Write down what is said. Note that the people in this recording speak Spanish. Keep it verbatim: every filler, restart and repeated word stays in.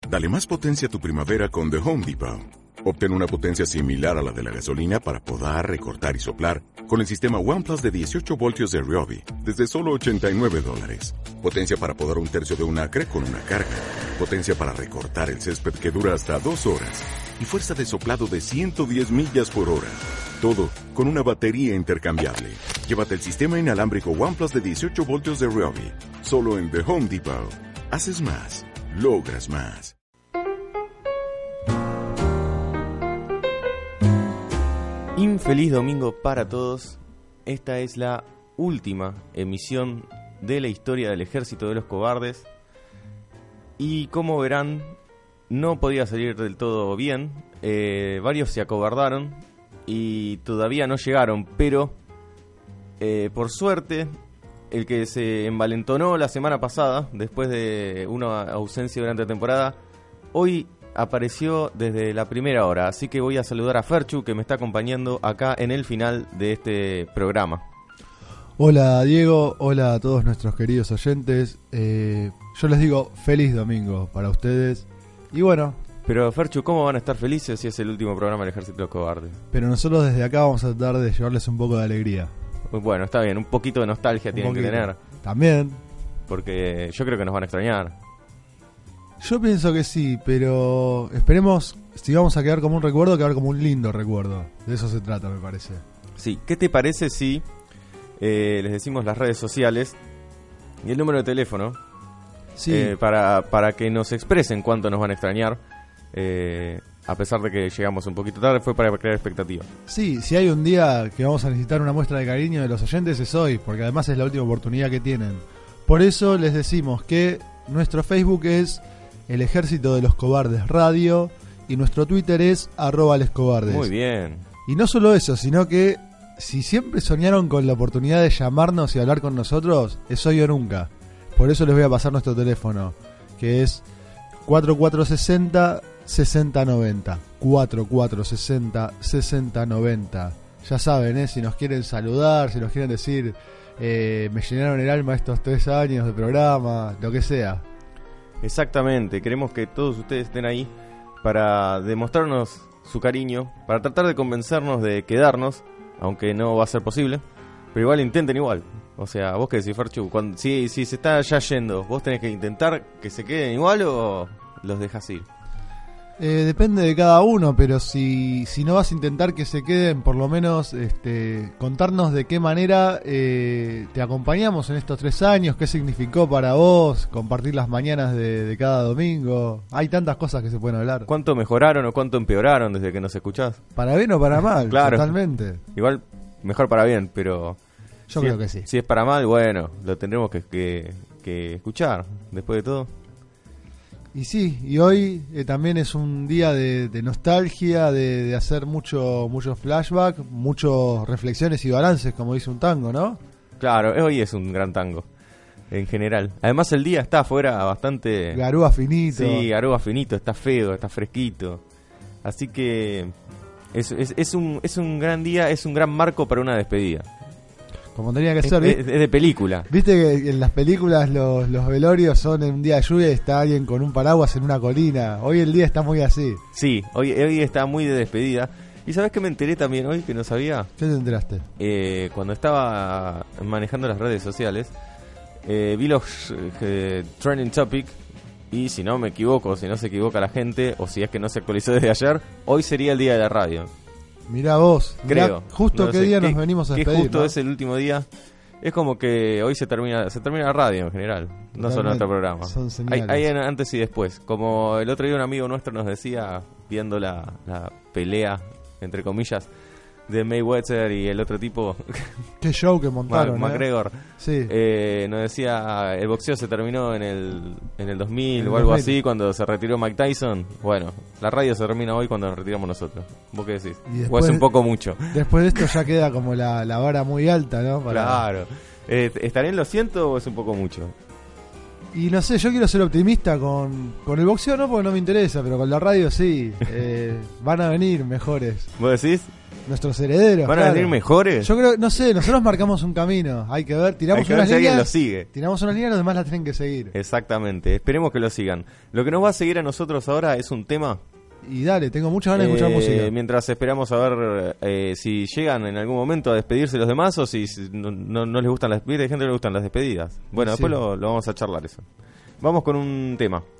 Dale más potencia a tu primavera con The Home Depot. Obtén una potencia similar a la de la gasolina para podar, recortar y soplar con el sistema OnePlus de dieciocho voltios de Ryobi desde solo ochenta y nueve dólares. Potencia para podar un tercio de un acre con una carga. Potencia para recortar el césped que dura hasta dos horas. Y fuerza de soplado de ciento diez millas por hora. Todo con una batería intercambiable. Llévate el sistema inalámbrico OnePlus de dieciocho voltios de Ryobi. Solo en The Home Depot. Haces más. Logras más. Infeliz domingo para todos. Esta es la última emisión de la historia del Ejército de los Cobardes. Y como verán, no podía salir del todo bien. Eh, varios se acobardaron y todavía no llegaron, pero eh, por suerte, el que se envalentonó la semana pasada, después de una ausencia durante la temporada, hoy apareció desde la primera hora, así que voy a saludar a Ferchu, que me está acompañando acá en el final de este programa. Hola Diego, hola a todos nuestros queridos oyentes. Eh, yo les digo feliz domingo para ustedes. Y bueno... Pero Ferchu, ¿cómo van a estar felices si es el último programa del Ejército de los Cobardes? Pero nosotros desde acá vamos a tratar de llevarles un poco de alegría. Bueno, está bien, un poquito de nostalgia un tienen poquito. que tener. También. Porque yo creo que nos van a extrañar. Yo pienso que sí, pero esperemos, si vamos a quedar como un recuerdo, quedar como un lindo recuerdo. De eso se trata, me parece. Sí, ¿qué te parece si eh, les decimos las redes sociales y el número de teléfono? Sí. Eh, para, para que nos expresen cuánto nos van a extrañar, eh, a pesar de que llegamos un poquito tarde, fue para crear expectativa. Sí, si hay un día que vamos a necesitar una muestra de cariño de los oyentes es hoy, porque además es la última oportunidad que tienen. Por eso les decimos que nuestro Facebook es El Ejército de los Cobardes Radio y nuestro Twitter es arroba lescobardes. Muy bien. Y no solo eso, sino que si siempre soñaron con la oportunidad de llamarnos y hablar con nosotros, es hoy o nunca. Por eso les voy a pasar nuestro teléfono, que es cuatro cuatro seis cero, seis cero nueve cero. cuatro cuatro seis cero, seis cero nueve cero. Ya saben, ¿eh? Si nos quieren saludar, si nos quieren decir eh, me llenaron el alma estos tres años de programa, lo que sea. Exactamente, queremos que todos ustedes estén ahí para demostrarnos su cariño, para tratar de convencernos de quedarnos, aunque no va a ser posible, pero igual intenten igual. O sea, vos qué decís, Ferchu, cuando, si, si se está ya yendo, ¿vos tenés que intentar que se queden igual o los dejas ir? Eh, depende de cada uno, pero si, si no vas a intentar que se queden, por lo menos este, contarnos de qué manera eh, te acompañamos en estos tres años, qué significó para vos, compartir las mañanas de, de cada domingo. Hay tantas cosas que se pueden hablar. ¿Cuánto mejoraron o cuánto empeoraron desde que nos escuchás? Para bien o para mal, claro, totalmente. Igual mejor para bien, pero... Yo si creo es, que sí. Si es para mal, bueno, lo tendremos que, que, que escuchar, después de todo. Y sí, y hoy eh, también es un día de, de nostalgia, de, de hacer mucho mucho flashback, muchas reflexiones y balances, como dice un tango, ¿no? Claro, hoy es un gran tango, en general. Además el día está afuera bastante... Garúa finito. Sí, garúa finito, está feo, está fresquito. Así que es, es, es, un, es un gran día, es un gran marco para una despedida. Como tenía que es, ser. Es, es de película. Viste que en las películas los, los velorios son en un día de lluvia y está alguien con un paraguas en una colina. Hoy el día está muy así. Sí, hoy, hoy está muy de despedida. ¿Y sabés qué me enteré también hoy que no sabía? ¿Qué te enteraste? Eh, cuando estaba manejando las redes sociales, eh, vi los eh, trending topic y si no me equivoco, si no se equivoca la gente, o si es que no se actualizó desde ayer, hoy sería el día de la radio. Mirá vos, mirá creo. Justo no qué sé, día qué, nos venimos a qué despedir, justo ¿no? es el último día. Es como que hoy se termina se termina la radio en general, no Totalmente. solo nuestro programa. Son hay, señales. hay antes y después. Como el otro día un amigo nuestro nos decía, viendo la, la pelea, entre comillas, de Mayweather y el otro tipo, qué show que montaron, Mac, ¿eh? McGregor, sí. eh, nos decía, el boxeo se terminó en el en el dos mil en o algo dos mil. así, cuando se retiró Mike Tyson. Bueno, la radio se termina hoy cuando nos retiramos nosotros. ¿Vos qué decís? Y después, o es un poco mucho. Después de esto ya queda como la, la vara muy alta, ¿no? Para... Claro. Eh, ¿Estaré en lo ciento o es un poco mucho? Y no sé, yo quiero ser optimista con, con el boxeo, no porque no me interesa, pero con la radio sí. Eh, van a venir mejores. ¿Vos decís? nuestros herederos. ¿Van a claro. venir mejores? Yo creo, no sé, nosotros marcamos un camino. Hay que ver, tiramos Hay que unas ver si alguien líneas. lo sigue. Tiramos unas líneas, los demás las tienen que seguir. Exactamente, esperemos que lo sigan. Lo que nos va a seguir a nosotros ahora es un tema. Y dale, tengo muchas ganas de escuchar eh, música. Mientras esperamos a ver eh, si llegan en algún momento a despedirse los demás o si no, no, no les gustan las despedidas. Hay gente que no le gustan las despedidas. Bueno, Sí. después lo, lo vamos a charlar eso. Vamos con un tema.